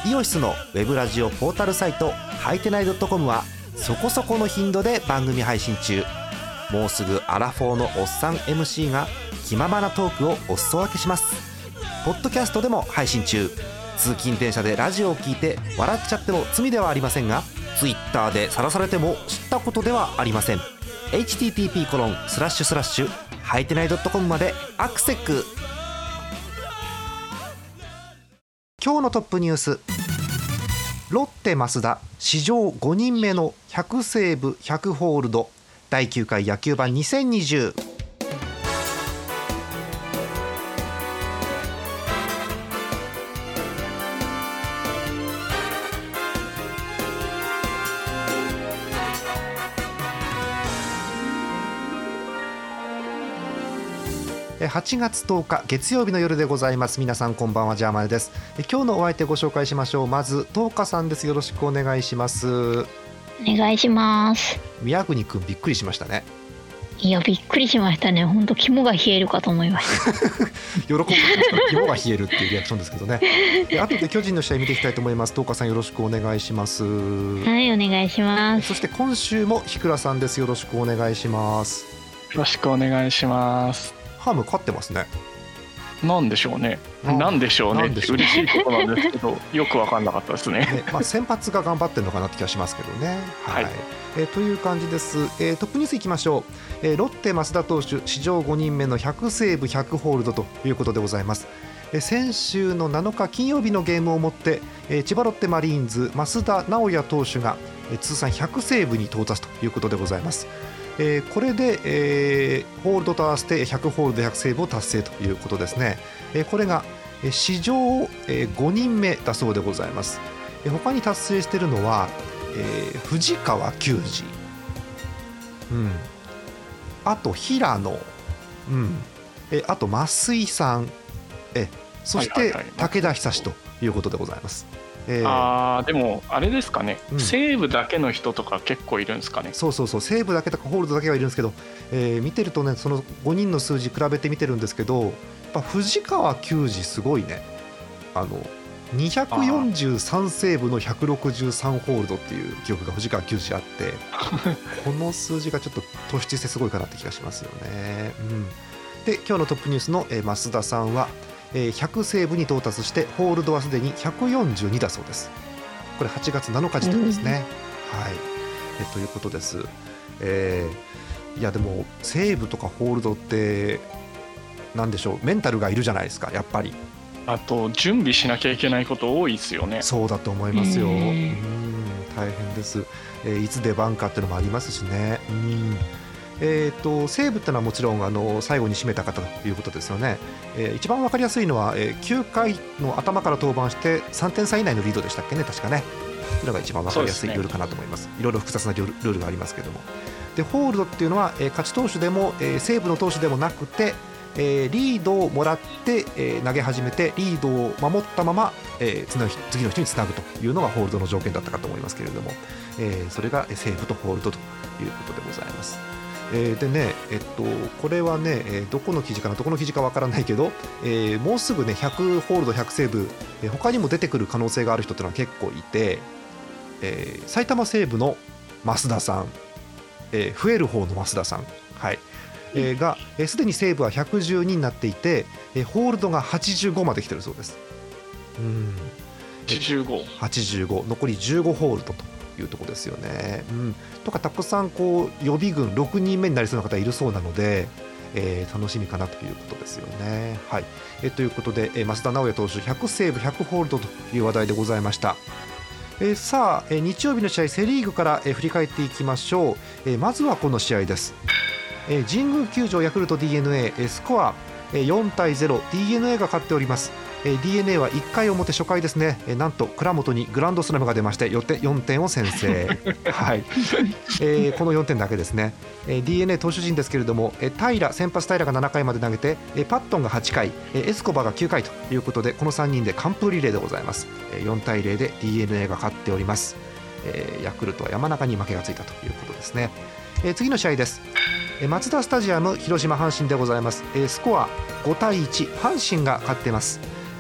イオシスのウェブラジオポータルサイトはいてない .com はそこそこの頻度で番組配信中。もうすぐアラフォーのおっさん MC が気ままなトークをお裾分けします。ポッドキャストでも配信中。通勤電車でラジオを聞いて笑っちゃっても罪ではありませんが、ツイッターで晒されても知ったことではありません。 http:// はいてない .com までアクセック。今日のトップニュース。ロッテ増田史上5人目の100セーブ100ホールド、第9回野球盤2020。8月10日月曜日の夜でございます。皆さんこんばんは、ジャーマネです。今日のお相手ご紹介しましょう。まず10日さんです。よろしくお願いします。 お願いします。 宮国くんびっくりしましたね。 いやびっくりしましたね。本当肝が冷えるかと思いました喜ぶ肝が冷えるっていうリアクションですけどね。後で巨人の試合見ていきたいと思います。10日さんよろしくお願いします。 はい、お願いします。 そして今週もひくらさんです。よろしくお願いします。 よろしくお願いします。 ハム勝ってますね。 なんでしょうね。なんでしょうね。嬉しいことなんですけどよく分かんなかったですね。 先発が頑張ってるのかなって気がしますけどね。はい。という感じです。トップニュースいきましょう。ロッテ増田投手史上5人目の100セーブ100ホールドということでございます。先週の7日金曜日のゲームをもって千葉ロッテマリーンズ増田直也投手が通算100セーブに到達ということでございます。これで、ホールドと合わせて100ホールド100セーブを達成ということですね。これが史上5人目だそうでございます。他に達成しているのは、藤川球児、あと平野、あと増井さん、そして武田久志ということでございます。 でもあれですかね、セーブだけの人とか結構いるんですかね。 そうセーブだけとかホールドだけはいるんですけど、見てるとね、その5人の数字比べて見てるんですけど、やっぱ藤川球児すごいね。243セーブの163ホールドっていう記録が藤川球児あってこの数字がちょっと突出してすごいかなって気がしますよね。で今日のトップニュースの増田さんは100セーブに到達してホールドはすでに142だそうです。これ8月7日時点ですね。はい、ということです。いやでもセーブとかホールドってなんでしょう、メンタルがいるじゃないですか、やっぱり。 あと準備しなきゃいけないこと多いですよね。 そうだと思いますよ。大変です。いつ出番かっていうのもありますしね。セーブってのはもちろん最後に締めた方ということですよね。一番分かりやすいのは、9回の頭から登板して3点差以内のリードでしたっけね、確かね。それが一番分かりやすいルールかなと思います。いろいろ複雑なルールがありますけども。でホールドっていうのは、勝ち投手でも、セーブの投手でもなくて、リードをもらって、投げ始めてリードを守ったまま、次の人につなぐというのがホールドの条件だったかと思いますけれども、それがセーブとホールドということでございます。でね、これはね、どこの記事かわからないけど、もうすぐね100ホールド100セーブ、他にも出てくる可能性がある人っていうのは結構いて、埼玉西武の増田さん、増える方の増田さん、がすでにセーブは112になっていて、ホールドが85まで来てるそうです。85残り15ホールドというところですよね。とかたくさんこう予備軍6人目になりそうな方いるそうなので、楽しみかなということですよね。ということで、増田直也投手100セーブ100ホールドという話題でございました。さあ、日曜日の試合セリーグから、振り返っていきましょう。まずはこの試合です。神宮球場ヤクルト DNA、スコア4対0、 DNA が勝っております。DNA は1回表初回ですね、なんと倉本にグランドスラムが出まして4点を先制この4点だけですね。DNA 投手陣ですけれども、先発平が7回まで投げて、パットンが8回、エスコバが9回ということで、この3人で完封リレーでございます。4対0で DNA が勝っております。ヤクルトは山中に負けがついたということですね。次の試合です。マツダスタジアム広島阪神でございます。スコア5対1、阪神が勝っています。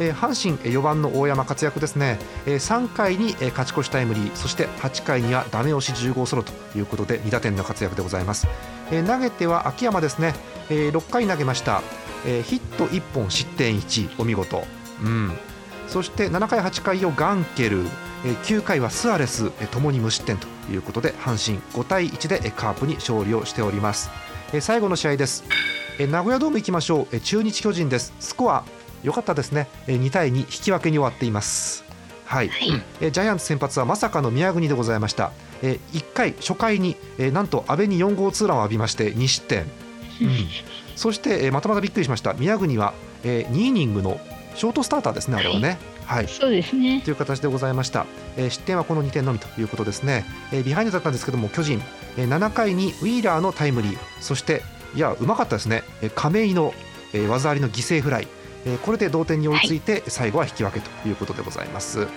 阪神4番の大山活躍ですね。3回に勝ち越しタイムリー、そして8回にはダメ押し10号ソロということで2打点の活躍でございます。投げては秋山ですね。6回投げました。ヒット1本失点1、お見事。そして7回8回をガンケル、9回はスアレス、ともに無失点ということで阪神5対1でカープに勝利をしております。最後の試合です。名古屋ドーム行きましょう。中日巨人です。スコア良かったですね。2対2引き分けに終わっています。はい、ジャイアンツ先発はまさかの宮国でございました。1回初回になんと阿部に4号ツーランを浴びまして2失点、そしてまたまたびっくりしました。宮国は2イニングのショートスターターですね、あれはね。はい、 そうですねという形でございました。失点はこの2点のみということですね。ビハインドだったんですけども、巨人7回にウィーラーのタイムリー、そしていやうまかったですね、亀井の技ありの犠牲フライ、これで同点に追いついて最後は引き分けということでございます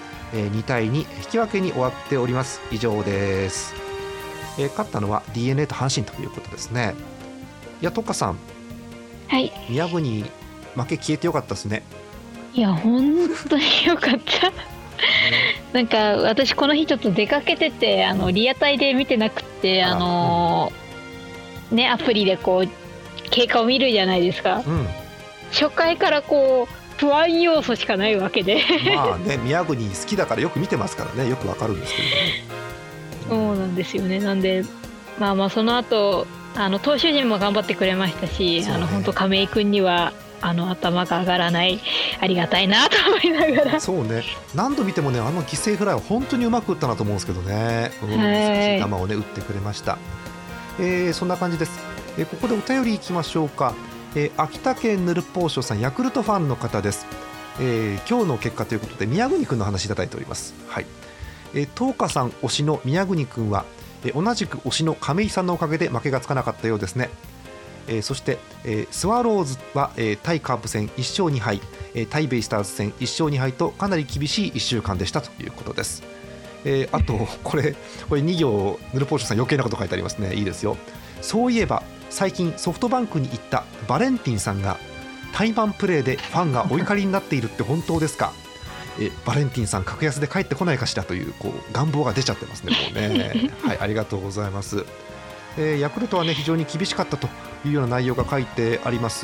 。2対2引き分けに終わっております。以上です。勝ったのは DNA と阪神ということですね。いやトッカさん、 はい、 宮国負け消えてよかったですね。 いや本当によかったなんか私この日ちょっと出かけててリアタイで見てなくてアプリでこう経過を見るじゃないですか、初回からこう不安要素しかないわけでまあね、宮国好きだからよく見てますからね、よくわかるんですけどね。そうなんですよね。なんでまあその後投手陣も頑張ってくれましたし、本当亀井君には頭が上がらない、ありがたいなと思いながら。そうね、 何度見てもね、犠牲フライは本当にうまく打ったなと思うんですけどね、難しい球をね打ってくれました。そんな感じです。ここでお便りいきましょうか。秋田県ぬるぽうしょさん、ヤクルトファンの方です。今日の結果ということで宮国くんの話いただいております。はい、東花さん推しの宮国くんは同じく推しの亀井さんのおかげで負けがつかなかったようですね。そして、スワローズは、対カープ戦1勝2敗、対ベイスターズ戦1勝2敗とかなり厳しい1週間でしたということです。あとこれ2行ヌルポーションさん余計なこと書いてありますね。いいですよ。そういえば最近ソフトバンクに行ったバレンティンさんが怠慢プレーでファンがお怒りになっているって本当ですか？バレンティンさん格安で帰ってこないかしらという願望が出ちゃってますね、もうねはい、ありがとうございます。ヤクルトはね非常に厳しかったというような内容が書いてあります。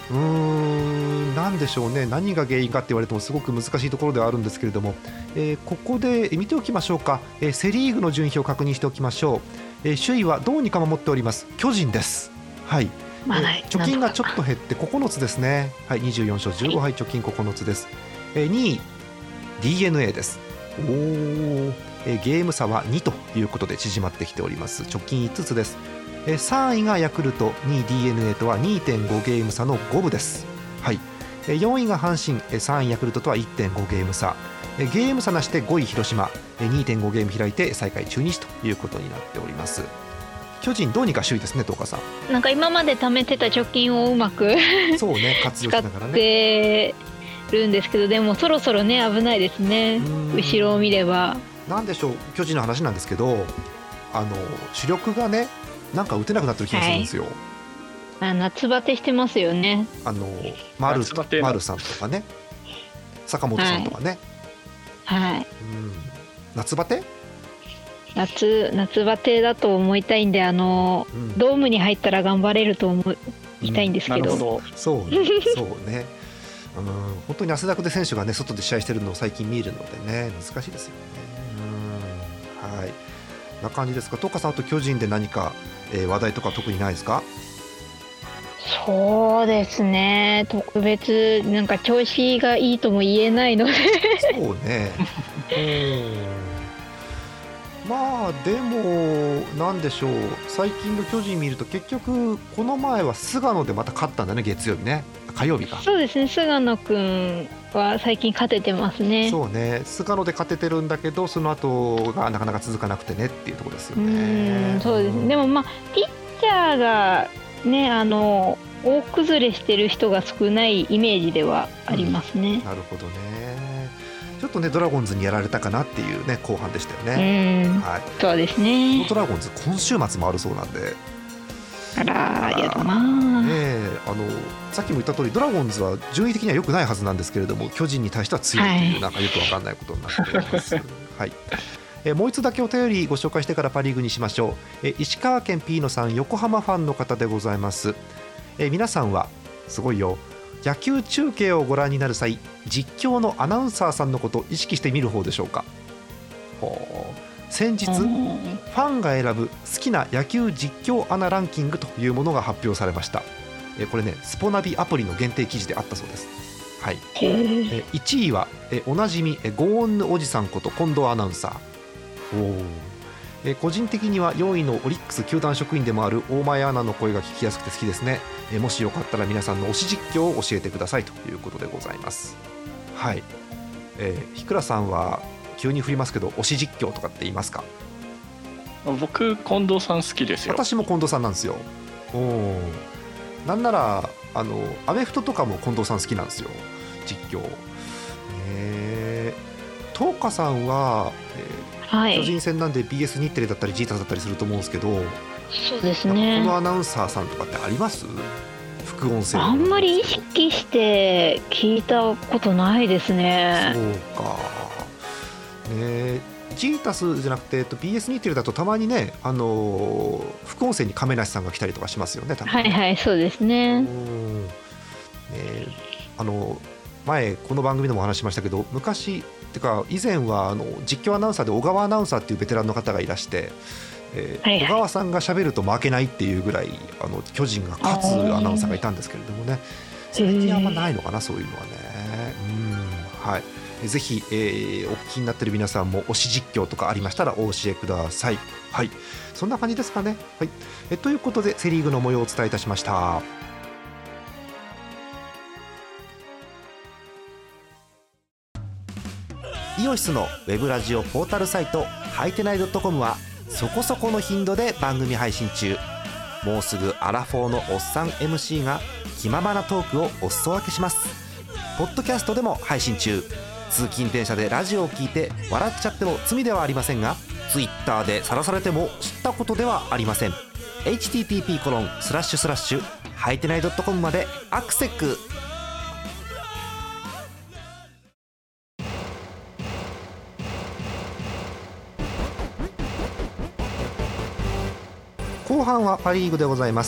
なんでしょうね、何が原因かって言われてもすごく難しいところではあるんですけれども、ここで見ておきましょうか。セリーグの順位を確認しておきましょう。首位はどうにか守っております巨人です。はい、貯金がちょっと減って9つですね。はい、24勝15敗、貯金9つです。2位 DNA です。ゲーム差は2ということで縮まってきております。貯金5つです。3位がヤクルト、2位 DNA とは 2.5 ゲーム差の5分です。はい、4位が阪神、3位ヤクルトとは 1.5 ゲーム差、ゲーム差なしで5位広島、2.5 ゲーム開いて最下位中日ということになっております。巨人どうにか首位ですね、東花さん。 なんか今まで貯めてた貯金をうまくそうね、活用しながらね使ってるんですけど、でもそろそろね危ないですね。後ろを見ればなんでしょう、巨人の話なんですけど主力がねなんか打てなくなってる気がするんですよ。 夏バテしてますよね。 丸さんとかね、坂本さんとかね、 はい、 夏バテだと思いたいんで、ドームに入ったら頑張れると思いたいんですけど、 そうね本当に汗だくで選手がね外で試合してるのを最近見るのでね難しいですよね。はい、な感じですか。東花さん、あと巨人で何か、話題とか特にないですか？ そうですね、特別なんか調子がいいとも言えないのでそうねまあでもなんでしょう、最近の巨人見ると結局この前は菅野でまた勝ったんだね、月曜日ね、火曜日か。 そうですね、菅野くんは最近勝ててますね。 そうね、菅野で勝ててるんだけどその後がなかなか続かなくてねっていうところですよね。 そうですね。でもピッチャーがね大崩れしてる人が少ないイメージではありますね。 なるほどね。ちょっとねドラゴンズにやられたかなっていうね後半でしたよね。はい、 そうですね。 ドラゴンズ今週末もあるそうなんで、 あらやだな、 さっきも言った通りドラゴンズは順位的には良くないはずなんですけれども、巨人に対しては強いという、 はいなんかよくわかんないことになっております、はい。もう一つだけお便りご紹介してからパリーグにしましょう。石川県ピーノさん、横浜ファンの方でございます。皆さんはすごいよ、野球中継をご覧になる際、実況のアナウンサーさんのことを意識してみる方でしょうか。先日ファンが選ぶ好きな野球実況アナランキングというものが発表されました。これね、スポナビアプリの限定記事であったそうです。はい、1位はおなじみゴーンヌおじさんこと近藤アナウンサー。個人的には4位のオリックス球団職員でもある大前アナの声が聞きやすくて好きですね。もしよかったら皆さんの推し実況を教えてくださいということでございます。はい、日倉さんは急に振りますけど推し実況とかって言いますか？ 僕近藤さん好きですよ。 私も近藤さんなんですよ。なんならアメフトとかも近藤さん好きなんですよ、実況。東花さんは、巨人戦なんで BS 日テレだったりジータスだったりすると思うんですけど、 そうですね、 このアナウンサーさんとかってあります？副音声あんまり意識して聞いたことないですね。 そうかね。ジータスじゃなくてBS 日テレだとたまにね、副音声に亀梨さんが来たりとかしますよね、多分。 はいはい、そうですね。 前この番組でもお話ししましたけど、昔ってか以前は実況アナウンサーで小川アナウンサーっていうベテランの方がいらして、小川さんが喋ると負けないっていうぐらい巨人が勝つアナウンサーがいたんですけれどもね、最近あんまないのかな、そういうのはね。はい、ぜひ、お聞きになっている皆さんも推し実況とかありましたらお教えください。はい、そんな感じですかね。はい、ということでセリーグの模様をお伝えいたしました。イオシスのウェブラジオポータルサイトはいてない .com はそこそこの頻度で番組配信中。もうすぐアラフォーのおっさん MC が気ままなトークをお裾分けします。ポッドキャストでも配信中。通勤電車でラジオを聞いて笑っちゃっても罪ではありませんが、ツイッターで晒されても知ったことではありません。 http:// はいてない .com までアクセック。後半はパ・リーグでございます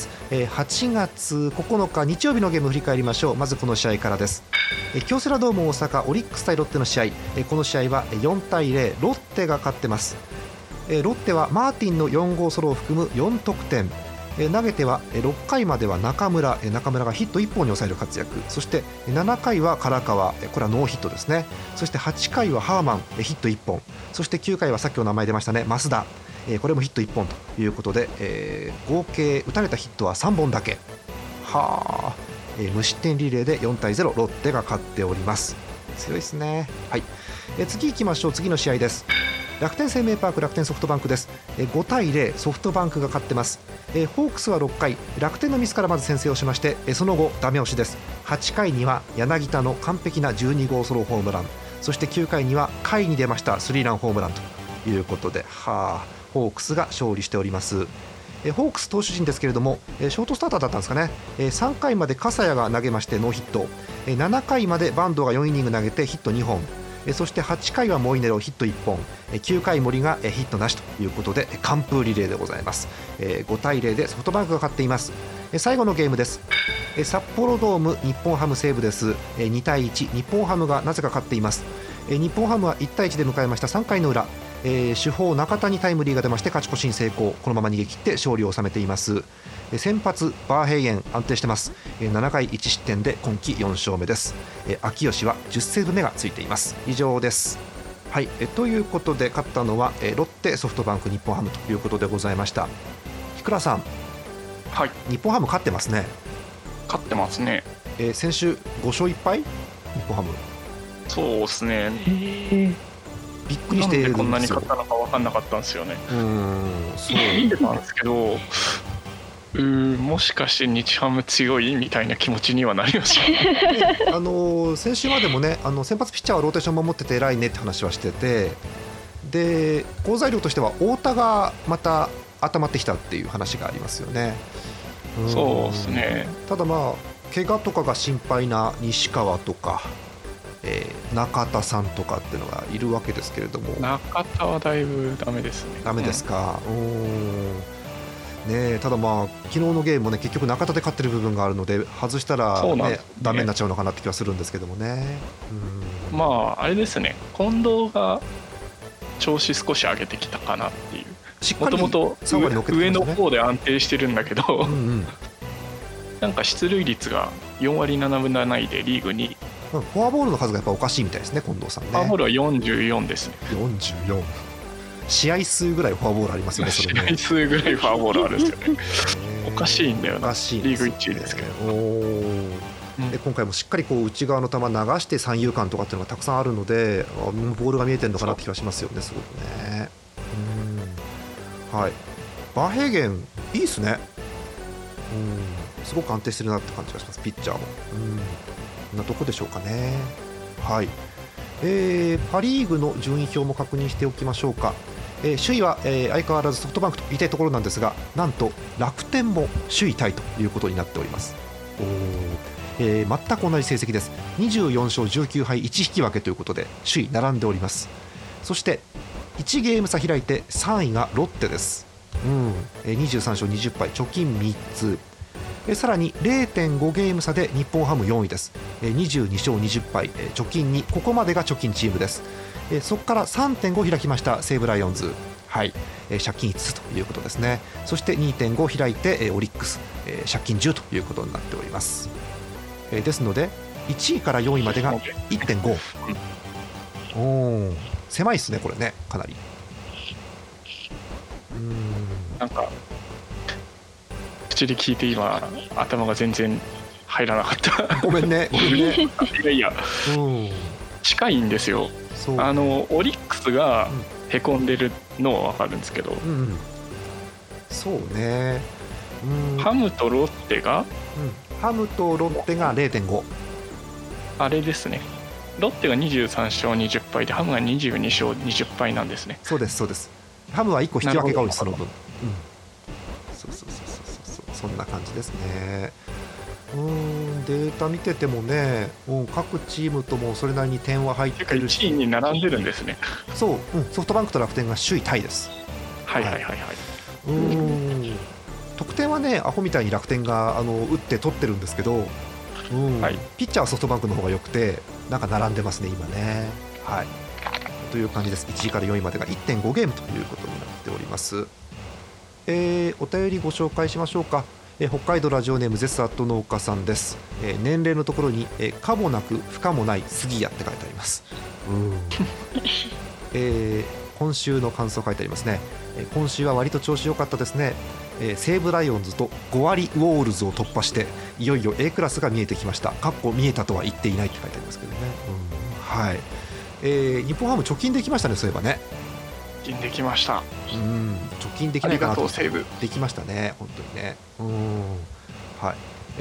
。8月9日日曜日のゲーム振り返りましょう。まずこの試合からです。京セラドーム大阪オリックス対ロッテの試合、この試合は4対0ロッテが勝ってます。ロッテはマーティンの4号ソロを含む4得点。投げては6回までは中村がヒット1本に抑える活躍。そして7回は唐川、これはノーヒットですね。そして8回はハーマン、ヒット1本。そして9回はさっきお名前出ましたね、増田、これもヒット1本ということで、合計打たれたヒットは3本だけ。はあ、無失点リレーで4対0ロッテが勝っております。強いですね。はい、次行きましょう。次の試合です。楽天生命パーク楽天ソフトバンクです。5対0ソフトバンクが勝ってます。ホークスは6回楽天のミスからまず先制をしまして、その後ダメ押しです。8回には柳田の完璧な12号ソロホームラン、そして9回には下位に出ましたスリーランホームランということで、ホークスが勝利しております。ホークス投手陣ですけれども、ショートスターターだったんですかね。3回まで笠谷が投げましてノーヒット、7回まで坂東が4イニング投げてヒット2本、そして8回はモイネロヒット1本、9回森がヒットなしということで完封リレーでございます。5対0でソフトバンクが勝っています。最後のゲームです。札幌ドーム日本ハム西武です。2対1日本ハムがなぜか勝っています。日本ハムは1対1で迎えました3回の裏、主砲中田にタイムリーが出まして勝ち越しに成功。このまま逃げ切って勝利を収めています。先発バーヘイゲン安定してます。7回1失点で今季4勝目です。秋吉は10セーブ目がついています。以上です。はい、ということで勝ったのはロッテソフトバンク日本ハムということでございました。日倉さん、 はい、 日本ハム勝ってますね。 勝ってますね。 先週5勝1敗日本ハム。 そうですね。 びっくりしているんですよ。 なんでこんなに勝ったのか分かんなかったんですよね。 そう見てたんですけど、もしかして日ハム強いみたいな気持ちにはなりました。 先週までもね、先発ピッチャーはローテーション守ってて偉いねって話はしてて、で好材料としては太田がまた温まってきたっていう話がありますよね。 そうですね。 ただまあ怪我とかが心配な西川とか、中田さんとかっていうのがいるわけですけれども、 中田はだいぶダメですね。 ダメですか。ね、ただまあ昨日のゲームもね結局中田で勝ってる部分があるので外したら、ねダメになっちゃうのかなって気はするんですけどもね。 まああれですね、近藤が調子少し上げてきたかなっていう。もともと上の方で安定してるんだけど、なんか出塁率が4割7分7厘でリーグ2位。 フォアボールの数がやっぱおかしいみたいですね、近藤さんね。 フォアボールは44ですね。 44。試合数ぐらいフォアボールありますよね、それね。 試合数ぐらいフォアボールあるんですよね。おかしいんだよな。リーグ1位ですけど。 で今回もしっかりこう内側の球流して三遊間とかっていうのがたくさんあるので、ボールが見えてるのかなって気がしますよね、すごくね。はい、バーヘーゲンいいですね。すごく安定してるなって感じがします、ピッチャーも。こんなとこでしょうかね。はい、パ・リーグの順位表も確認しておきましょうか。首位は、相変わらずソフトバンクと言いたいところなんですが、なんと楽天も首位タイということになっております。全く同じ成績です。24勝19敗1引き分けということで首位並んでおります。そして1ゲーム差開いて3位がロッテです。23勝20敗貯金3つ。さらに 0.5 ゲーム差で日本ハム4位です。22勝20敗貯金2、ここまでが貯金チームです。そこから 3.5 開きました西武ライオンズ、はい、借金5つということですね。そして 2.5 開いてオリックス、借金10ということになっております。ですので1位から4位までが 1.5、狭いですねこれね、かなり。 なんか口で聞いて今頭が全然入らなかった。 ごめんね。 いやいや、近いんですよ。オリックスがへこんでるのは分かるんですけど、 そうね。 ハムとロッテが、 ハムとロッテが 0.5。 あれですね、ロッテが23勝20敗でハムが22勝20敗なんですね。 そうですそうです。ハムは1個引き分けが多い、その分。そうそんな感じですね。データ見ててもね、各チームともそれなりに点は入ってるし、 1位に並んでるんですね。 そう、ソフトバンクと楽天が首位タイです。得点はねアホみたいに楽天が打って取ってるんですけど、ピッチャーはソフトバンクの方が良くてなんか並んでますね今ね。はい、という感じです。1位から4位までが 1.5 ゲームということになっております。お便りご紹介しましょうか。北海道ラジオネームゼスアット農家さんです。年齢のところに可もなく不可もない杉谷って書いてあります。今週の感想書いてありますね。今週は割と調子良かったですね。西武ライオンズと5割ウォールズを突破していよいよ A クラスが見えてきました。かっこ見えたとは言っていないって書いてありますけどね。はい、日本ハム貯金できましたね。そういえばね、 貯金できました。 貯金できないかなと。 西武できましたね本当にね。はい、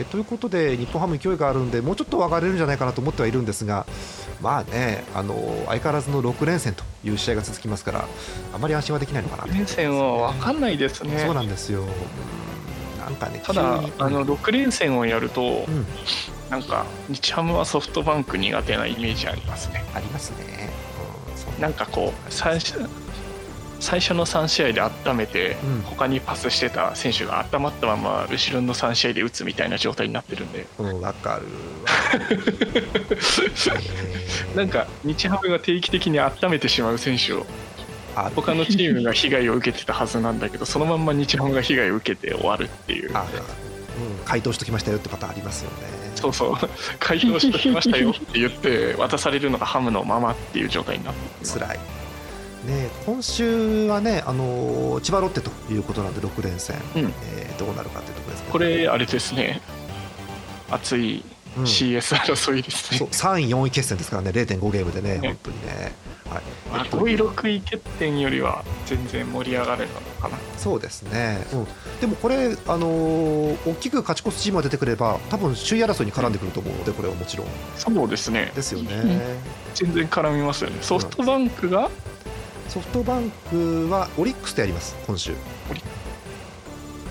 ということで日本ハム勢いがあるんでもうちょっと上がれるんじゃないかなと思ってはいるんですが、まあね、相変わらずの6連戦という試合が続きますからあまり安心はできないのかなと、 連戦は分かんないですね。 そうなんですよ。なんかね、 ただ6連戦をやると、なんか日ハムはソフトバンク苦手なイメージありますね。 ありますね。 なんかこう最初の3試合で温めて、他にパスしてた選手が温まったまま後ろの3試合で打つみたいな状態になってるんで、 わかるなんか日ハムが定期的に温めてしまう選手を他のチームが被害を受けてたはずなんだけどそのまんま日ハムが被害を受けて終わるっていう。 回答しときましたよってパターンありますよね。 そうそう、回答しときましたよって言って渡されるのがハムのままっていう状態になってつらいね。今週はね、千葉ロッテということなんで6連戦、どうなるかというところですね。 これあれですね、熱い CS 争いですね。 そう、3位4位決戦ですからね。 0.5 ゲームでね、本当にね。 5位6位決定よりは全然盛り上がるのかな。 そうですね、でもこれ、大きく勝ち越すチームが出てくれば多分首位争いに絡んでくると思うので、これはもちろんそうですね。 ですよね、 全然絡みますよね。ソフトバンクはオリックスとやります今週。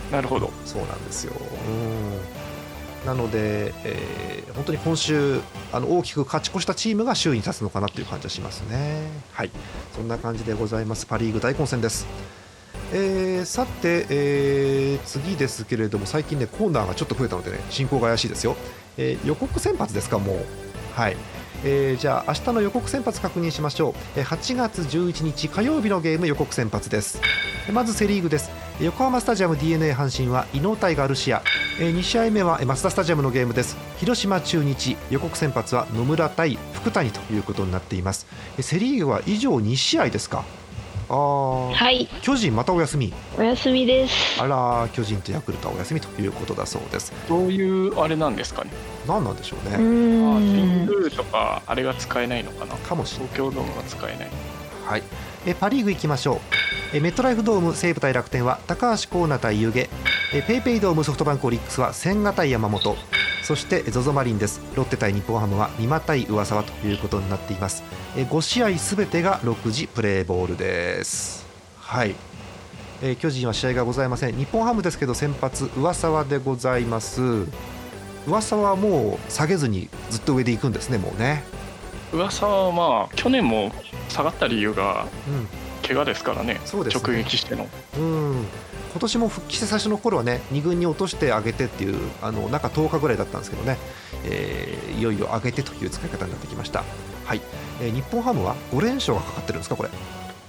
なるほど。 そうなんですよ。なので、本当に今週大きく勝ち越したチームが首位に立つのかなという感じはしますね。はい、そんな感じでございます。パ・リーグ大混戦です。さて、次ですけれども、最近ねコーナーがちょっと増えたのでね、進行が怪しいですよ。予告先発ですか、もう。はい、じゃあ明日の予告先発確認しましょう。8月11日火曜日のゲーム予告先発です。まずセリーグです。横浜スタジアム DNA 阪神は伊能対ガルシア。2試合目はマツダスタジアムのゲームです。広島中日、予告先発は野村対福谷ということになっています。セリーグは以上2試合ですか。 はい、 巨人またお休み。 お休みです。 あら、巨人とヤクルトはお休みということだそうです。 どういうあれなんですかね。 何なんでしょうね。 神宮とかあれが使えないのかな。 かもしれない。 東京ドームが使えない。 はい、パリーグ行きましょう。メットライフドーム西武対楽天は高橋光成対湯気。ペイペイドームソフトバンクオリックスは千賀対山本。そして ZOZO マリンです。ロッテ対日本ハムは三馬対上沢ということになっています。5試合すべてが6時プレーボールです。はい、巨人は試合がございません。日本ハムですけど先発上沢でございます。上沢はもう下げずにずっと上で行くんですね、もうね。 上沢はまあ去年も下がった理由が怪我ですからね。 そうですね、 直撃しての。 今年も復帰して最初の頃はね、2軍に落としてあげてっていう中10日ぐらいだったんですけどね、いよいよ上げてという使い方になってきました。はい、日本ハムは5連勝がかかってるんですか、これ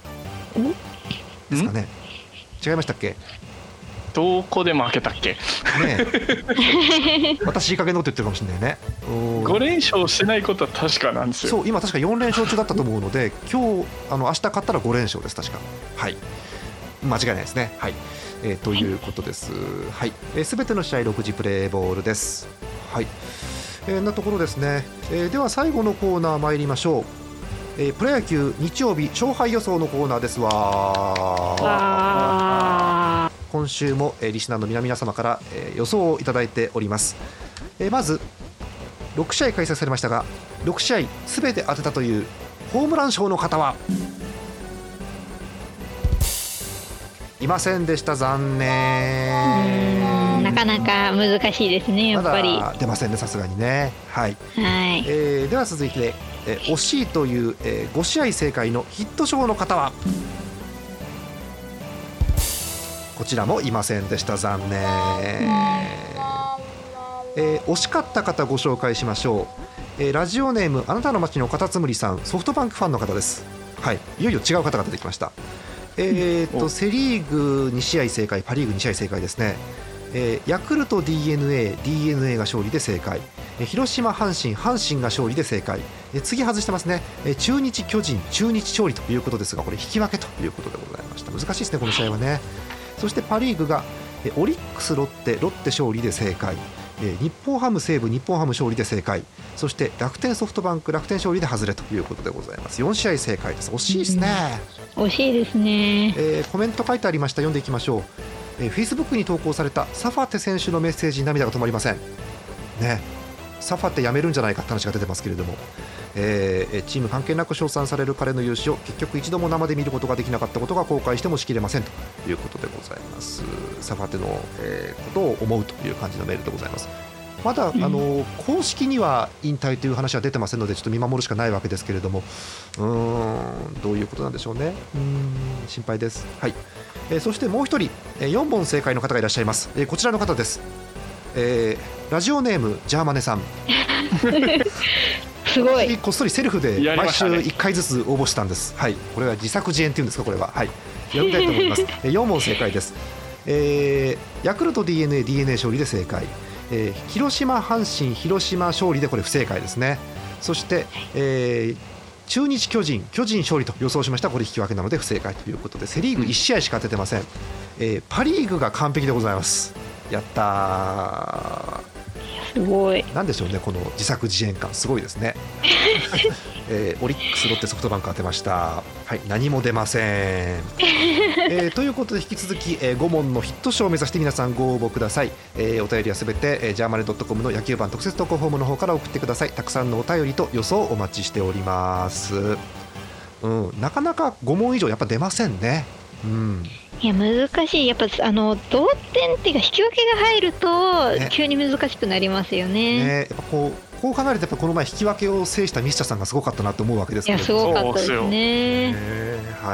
ですかね。違いましたっけ。 どこで負けたっけね私いい加減なこと言ってるかもしれないね。 5連勝してないことは確かなんですよ。 そう、今確か4連勝中だったと思うので、明日勝ったら5連勝です、確か。はい、間違いないですね。はい、ということです。はい、すべての試合6時プレーボールです。はい、なところですね。では最後のコーナー参りましょう。プロ野球日曜日勝敗予想のコーナーですわ。今週もリスナーの皆様から予想をいただいております。まず6試合開催されましたが、6試合すべて当てたというホームラン賞の方はいませんでした。残念。 なかなか難しいですね、やっぱり。 まだ出ませんね、さすがにね。はい、 はい。 では続いて惜しいという、5試合正解のヒット賞の方はこちらもいませんでした。残念。惜しかった方ご紹介しましょう。ラジオネームあなたの街のカタツムリさん、ソフトバンクファンの方です。はい、いよいよ違う方が出てきました。セリーグ2試合正解、パリーグ2試合正解ですね。ヤクルト DNA が勝利で正解。広島阪神が勝利で正解。次外してますね。中日巨人、中日勝利ということですが、これ引き分けということでございました。難しいですね、この試合はね。そしてパリーグがオリックスロッテ勝利で正解。日本ハム西武、日本ハム勝利で正解。そして楽天ソフトバンク、楽天勝利で外れということでございます。4試合正解です。惜しいですね。 惜しいですね。 コメント書いてありました。読んでいきましょう。Facebook に投稿されたサファテ選手のメッセージに涙が止まりませんね。サファテ辞めるんじゃないかって話が出てますけれども、チーム関係なく称賛される彼の勇姿を結局一度も生で見ることができなかったことが後悔してもしきれませんということでございます。サファテの、ことを思うという感じのメールでございます。まだ公式には引退という話は出てませんので、ちょっと見守るしかないわけですけれども、どういうことなんでしょうね。心配です。はい、そしてもう一人、4本正解の方がいらっしゃいます。こちらの方です。ラジオネームジャーマネさんすごい。 こっそりセルフで毎週1回ずつ応募したんです。はい、これは自作自演っていうんですか、これは。はい、読みたいと思います。4問正解です。ヤクルト DNA 勝利で正解。広島阪神広島勝利でこれ不正解ですね。そして、中日巨人勝利と予想しました。これ引き分けなので不正解ということで、セリーグ1試合しか当ててません。パリーグが完璧でございます。やったー。 すごい。 なんでしょうね、この自作自演感すごいですね。オリックスロッテソフトバンク当てました。はい、何も出ません。ということで引き続き、5問のヒット賞を目指して皆さんご応募ください。お便りはすべて、ジャーマネ .com の野球版特設投稿フォームの方から送ってください。たくさんのお便りと予想をお待ちしております。なかなか5問以上やっぱ出ませんね。 いや難しい。やっぱ同点っていうか引き分けが入ると急に難しくなりますよね。 やっぱこう考えるとやっぱこの前引き分けを制したミスチャさんがすごかったなと思うわけですけれども。 いやすごかったですね。 はい、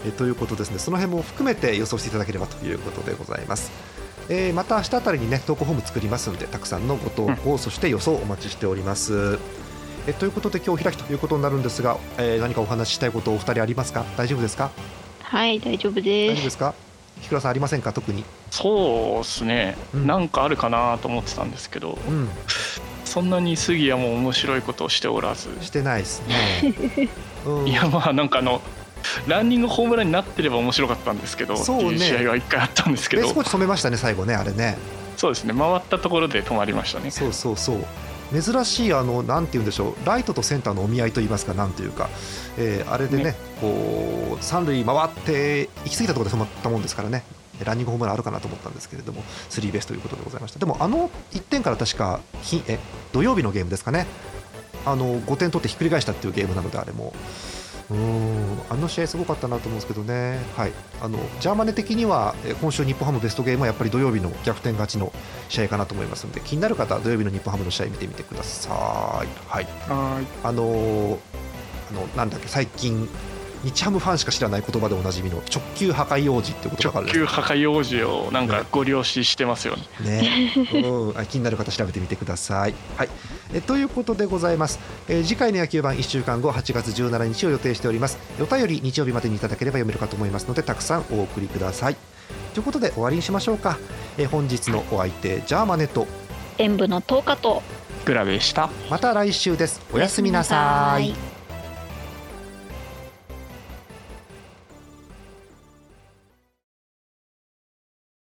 ということですね。その辺も含めて予想していただければということでございます。また明日あたりにね投稿フォーム作りますので、たくさんのご投稿、そして予想お待ちしております。ということで今日開きということになるんですが、何かお話ししたいことお二人ありますか？大丈夫ですか？ はい大丈夫大で丈夫ですか？日倉さんありませんか？特に。 そうですね、なんかあるかなと思ってたんですけど、そんなに杉谷も面白いことをしておらず。 してないですね。 いやまあなんかランニングホームランになってれば面白かったんですけど、っていう試合は1回あったんですけど、 ベースコーチ止めましたね最後ね、あれね。 そうですね、回ったところで止まりましたね。 そう珍しいなんて言うんでしょう、ライトとセンターのお見合いといいますか、なんていうか、あれでねこう三塁回って行き過ぎたところで止まったもんですからね、ランニングホームランあるかなと思ったんですけれども、スリーベースということでございました。でも1点から確か土曜日のゲームですかね、5点取ってひっくり返したっていうゲームなので、あれも試合すごかったなと思うんですけどね。はい、ジャーマネ的には今週日本ハムベストゲームはやっぱり土曜日の逆転勝ちの試合かなと思いますので、気になる方は土曜日の日本ハムの試合見てみてください。はい、なんだっけ、最近日ハムファンしか知らない言葉でおなじみの直球破壊王子っていう言葉があるんです。 直球破壊王子をなんかご了承してますよね。 気になる方調べてみてください。はい、ということでございます。次回の野球盤1週間後8月17日を予定しております。お便り日曜日までにいただければ読めるかと思いますので、たくさんお送りください。ということで終わりにしましょうか。本日のお相手ジャーマネと演舞の10日とグラブでした。 また来週です。おやすみなさい。